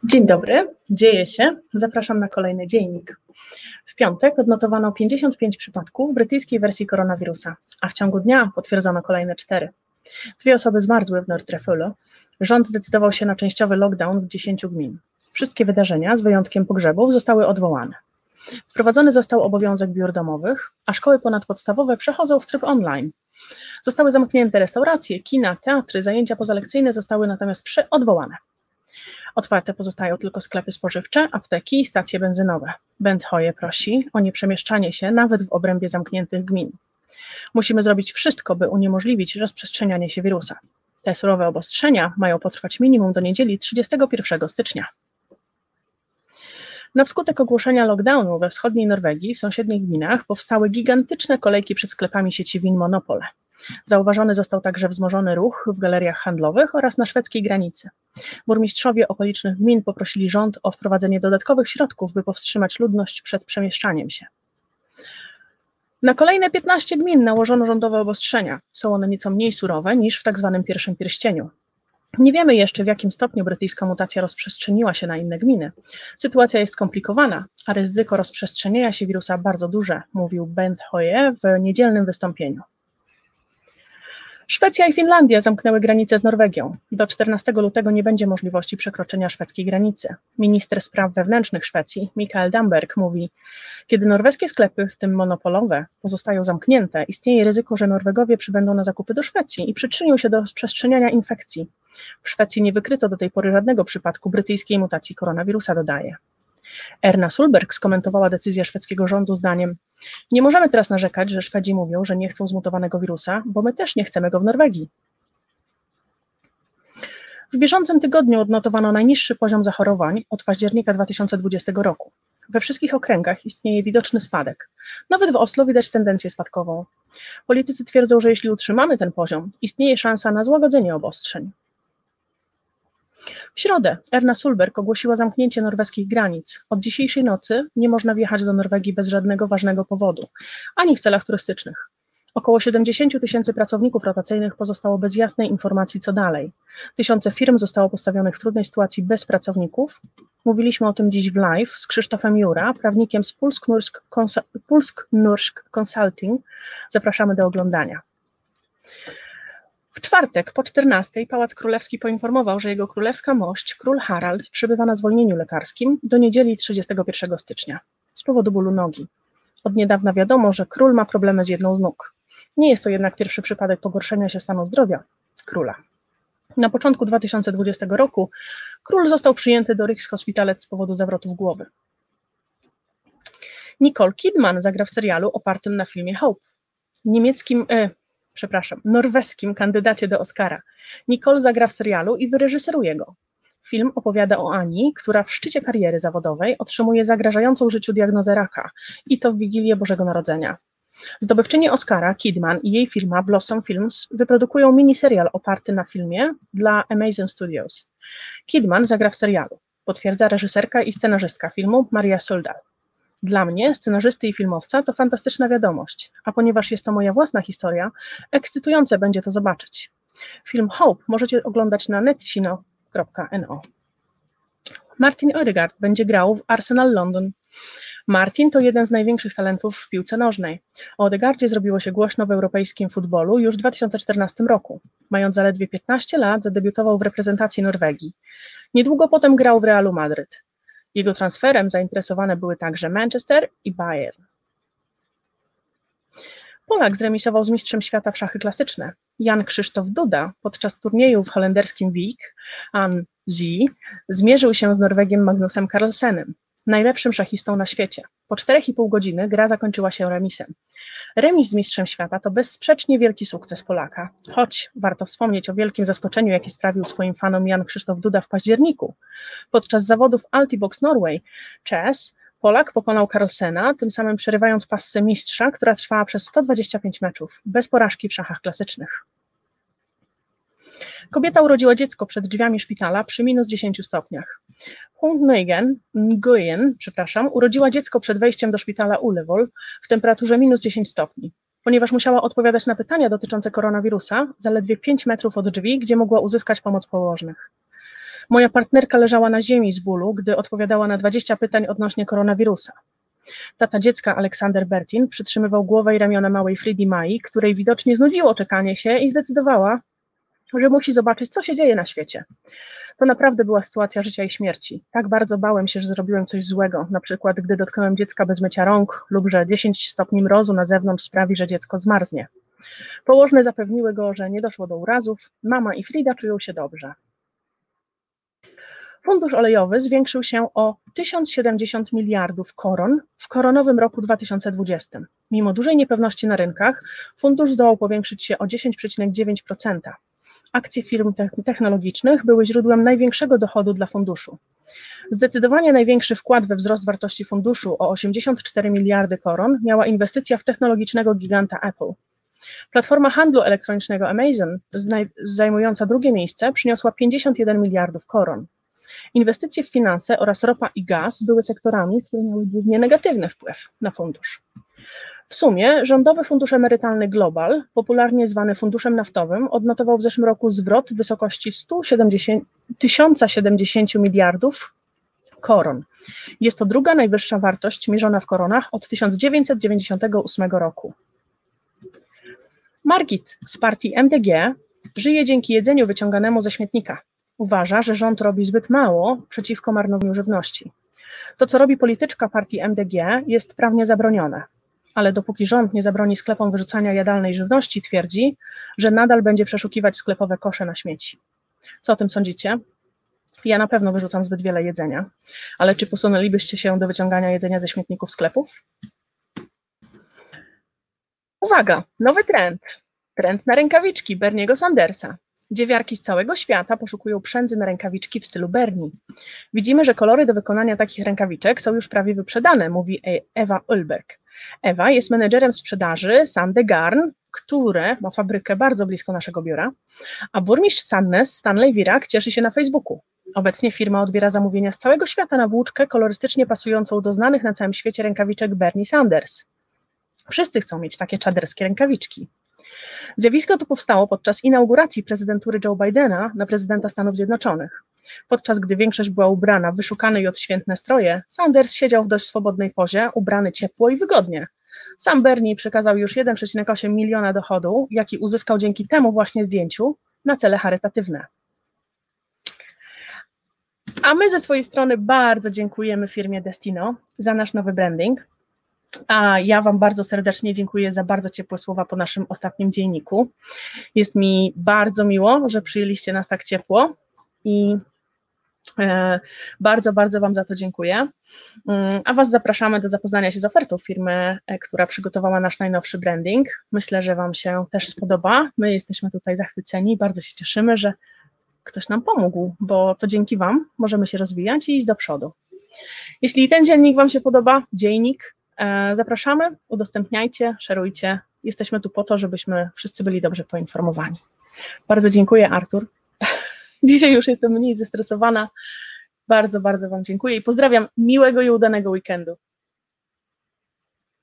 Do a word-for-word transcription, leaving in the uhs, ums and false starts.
Dzień dobry, dzieje się. Zapraszam na kolejny dziennik. W piątek odnotowano pięćdziesiąt pięć przypadków brytyjskiej wersji koronawirusa, a w ciągu dnia potwierdzono kolejne cztery. Dwie osoby zmarły w Nordrefulu. Rząd zdecydował się na częściowy lockdown w dziesięciu gmin. Wszystkie wydarzenia, z wyjątkiem pogrzebów, zostały odwołane. Wprowadzony został obowiązek biur domowych, a szkoły ponadpodstawowe przechodzą w tryb online. Zostały zamknięte restauracje, kina, teatry, zajęcia pozalekcyjne zostały natomiast odwołane. Otwarte pozostają tylko sklepy spożywcze, apteki i stacje benzynowe. Bent Hoye prosi o nieprzemieszczanie się nawet w obrębie zamkniętych gmin. Musimy zrobić wszystko, by uniemożliwić rozprzestrzenianie się wirusa. Te surowe obostrzenia mają potrwać minimum do niedzieli trzydziestego pierwszego stycznia. Na wskutek ogłoszenia lockdownu we wschodniej Norwegii w sąsiednich gminach powstały gigantyczne kolejki przed sklepami sieci Win Monopol. Zauważony został także wzmożony ruch w galeriach handlowych oraz na szwedzkiej granicy. Burmistrzowie okolicznych gmin poprosili rząd o wprowadzenie dodatkowych środków, by powstrzymać ludność przed przemieszczaniem się. Na kolejne piętnaście gmin nałożono rządowe obostrzenia. Są one nieco mniej surowe niż w tzw. pierwszym pierścieniu. Nie wiemy jeszcze, w jakim stopniu brytyjska mutacja rozprzestrzeniła się na inne gminy. Sytuacja jest skomplikowana, a ryzyko rozprzestrzenienia się wirusa bardzo duże, mówił Bent Hoye w niedzielnym wystąpieniu. Szwecja i Finlandia zamknęły granicę z Norwegią. Do czternastego lutego nie będzie możliwości przekroczenia szwedzkiej granicy. Minister spraw wewnętrznych Szwecji, Mikael Damberg, mówi: kiedy norweskie sklepy, w tym monopolowe, pozostają zamknięte, istnieje ryzyko, że Norwegowie przybędą na zakupy do Szwecji i przyczynią się do rozprzestrzeniania infekcji. W Szwecji nie wykryto do tej pory żadnego przypadku brytyjskiej mutacji koronawirusa, dodaje. Erna Solberg skomentowała decyzję szwedzkiego rządu zdaniem: nie możemy teraz narzekać, że Szwedzi mówią, że nie chcą zmutowanego wirusa, bo my też nie chcemy go w Norwegii. W bieżącym tygodniu odnotowano najniższy poziom zachorowań od października dwa tysiące dwudziestego roku. We wszystkich okręgach istnieje widoczny spadek. Nawet w Oslo widać tendencję spadkową. Politycy twierdzą, że jeśli utrzymamy ten poziom, istnieje szansa na złagodzenie obostrzeń. W środę Erna Solberg ogłosiła zamknięcie norweskich granic. Od dzisiejszej nocy nie można wjechać do Norwegii bez żadnego ważnego powodu, ani w celach turystycznych. Około siedemdziesiąt tysięcy pracowników rotacyjnych pozostało bez jasnej informacji, co dalej. Tysiące firm zostało postawionych w trudnej sytuacji bez pracowników. Mówiliśmy o tym dziś w live z Krzysztofem Jura, prawnikiem z Pulsk-Nursk Pulsk-Nursk Consulting. Zapraszamy do oglądania. W czwartek po czternastej Pałac Królewski poinformował, że jego królewska mość, król Harald, przebywa na zwolnieniu lekarskim do niedzieli trzydziestego pierwszego stycznia z powodu bólu nogi. Od niedawna wiadomo, że król ma problemy z jedną z nóg. Nie jest to jednak pierwszy przypadek pogorszenia się stanu zdrowia króla. Na początku dwa tysiące dwudziestego roku król został przyjęty do Rikshospitalet z powodu zawrotów głowy. Nicole Kidman zagra w serialu opartym na filmie Hope. Niemieckim... E, przepraszam, norweskim kandydacie do Oscara. Nicole zagra w serialu i wyreżyseruje go. Film opowiada o Ani, która w szczycie kariery zawodowej otrzymuje zagrażającą życiu diagnozę raka i to w Wigilię Bożego Narodzenia. Zdobywczyni Oscara, Kidman i jej firma Blossom Films wyprodukują miniserial oparty na filmie dla Amazon Studios. Kidman zagra w serialu, potwierdza reżyserka i scenarzystka filmu Maria Soldal. Dla mnie, scenarzysty i filmowca, to fantastyczna wiadomość, a ponieważ jest to moja własna historia, ekscytujące będzie to zobaczyć. Film Hope możecie oglądać na netsino kropka no. Martin Ødegaard będzie grał w Arsenal London. Martin to jeden z największych talentów w piłce nożnej. O Ødegaardzie zrobiło się głośno w europejskim futbolu już w dwa tysiące czternastym roku. Mając zaledwie piętnaście lat, zadebiutował w reprezentacji Norwegii. Niedługo potem grał w Realu Madryt. Jego transferem zainteresowane były także Manchester i Bayern. Polak zremisował z mistrzem świata w szachy klasyczne. Jan Krzysztof Duda podczas turnieju w holenderskim Wijk aan Zee zmierzył się z Norwegiem Magnusem Carlsenem, najlepszym szachistą na świecie. Po czterech i pół godziny gra zakończyła się remisem. Remis z mistrzem świata to bezsprzecznie wielki sukces Polaka, choć warto wspomnieć o wielkim zaskoczeniu, jaki sprawił swoim fanom Jan Krzysztof Duda w październiku. Podczas zawodów Altibox Norway Chess Polak pokonał Carlsena, tym samym przerywając passę mistrza, która trwała przez sto dwadzieścia pięć meczów, bez porażki w szachach klasycznych. Kobieta urodziła dziecko przed drzwiami szpitala przy minus dziesięciu stopniach. Hung Nguyen, Nguyen, przepraszam, urodziła dziecko przed wejściem do szpitala Ullevol w temperaturze minus dziesięć stopni. Ponieważ musiała odpowiadać na pytania dotyczące koronawirusa, zaledwie pięć metrów od drzwi, gdzie mogła uzyskać pomoc położnych. Moja partnerka leżała na ziemi z bólu, gdy odpowiadała na dwadzieścia pytań odnośnie koronawirusa. Tata dziecka, Aleksander Bertin, przytrzymywał głowę i ramiona małej Fridi Mai, której widocznie znudziło czekanie się i zdecydowała, że musi zobaczyć, co się dzieje na świecie. To naprawdę była sytuacja życia i śmierci. Tak bardzo bałem się, że zrobiłem coś złego, na przykład gdy dotknąłem dziecka bez mycia rąk lub że dziesięć stopni mrozu na zewnątrz sprawi, że dziecko zmarznie. Położne zapewniły go, że nie doszło do urazów, mama i Frida czują się dobrze. Fundusz olejowy zwiększył się o tysiąc siedemdziesiąt miliardów koron w koronowym roku dwa tysiące dwudziestym. Mimo dużej niepewności na rynkach, fundusz zdołał powiększyć się o dziesięć przecinek dziewięć procent. Akcje firm technologicznych były źródłem największego dochodu dla funduszu. Zdecydowanie największy wkład we wzrost wartości funduszu o osiemdziesiąt cztery miliardy koron miała inwestycja w technologicznego giganta Apple. Platforma handlu elektronicznego Amazon, zajmująca drugie miejsce, przyniosła pięćdziesiąt jeden miliardów koron. Inwestycje w finanse oraz ropa i gaz były sektorami, które miały głównie negatywny wpływ na fundusz. W sumie rządowy fundusz emerytalny Global, popularnie zwany funduszem naftowym, odnotował w zeszłym roku zwrot w wysokości tysiąc siedemdziesiąt miliardów koron. Jest to druga najwyższa wartość mierzona w koronach od tysiąc dziewięćset dziewięćdziesiątego ósmego roku. Margit z partii M D G żyje dzięki jedzeniu wyciąganemu ze śmietnika. Uważa, że rząd robi zbyt mało przeciwko marnowaniu żywności. To, co robi polityczka partii M D G, jest prawnie zabronione, ale dopóki rząd nie zabroni sklepom wyrzucania jadalnej żywności, twierdzi, że nadal będzie przeszukiwać sklepowe kosze na śmieci. Co o tym sądzicie? Ja na pewno wyrzucam zbyt wiele jedzenia, ale czy posunęlibyście się do wyciągania jedzenia ze śmietników sklepów? Uwaga, nowy trend. Trend na rękawiczki Berniego Sandersa. Dziewiarki z całego świata poszukują przędzy na rękawiczki w stylu Bernie. Widzimy, że kolory do wykonania takich rękawiczek są już prawie wyprzedane, mówi Ewa Ulberg. Ewa jest menedżerem sprzedaży Sande Garn, które ma fabrykę bardzo blisko naszego biura, a burmistrz Sandnes, Stanley Wirak, cieszy się na Facebooku. Obecnie firma odbiera zamówienia z całego świata na włóczkę kolorystycznie pasującą do znanych na całym świecie rękawiczek Bernie Sanders. Wszyscy chcą mieć takie czaderskie rękawiczki. Zjawisko to powstało podczas inauguracji prezydentury Joe Bidena na prezydenta Stanów Zjednoczonych. Podczas gdy większość była ubrana w wyszukane i odświętne stroje, Sanders siedział w dość swobodnej pozie, ubrany ciepło i wygodnie. Sam Bernie przekazał już jeden przecinek osiem miliona dochodu, jaki uzyskał dzięki temu właśnie zdjęciu, na cele charytatywne. A my ze swojej strony bardzo dziękujemy firmie Destino za nasz nowy branding. A ja Wam bardzo serdecznie dziękuję za bardzo ciepłe słowa po naszym ostatnim dzienniku. Jest mi bardzo miło, że przyjęliście nas tak ciepło i e, bardzo, bardzo Wam za to dziękuję. A Was zapraszamy do zapoznania się z ofertą firmy, która przygotowała nasz najnowszy branding. Myślę, że Wam się też spodoba. My jesteśmy tutaj zachwyceni, bardzo się cieszymy, że ktoś nam pomógł, bo to dzięki Wam możemy się rozwijać i iść do przodu. Jeśli ten dziennik Wam się podoba, dziennik, zapraszamy, udostępniajcie, szerujcie. Jesteśmy tu po to, żebyśmy wszyscy byli dobrze poinformowani. Bardzo dziękuję, Artur. Dzisiaj już jestem mniej zestresowana. Bardzo, bardzo Wam dziękuję i pozdrawiam miłego i udanego weekendu.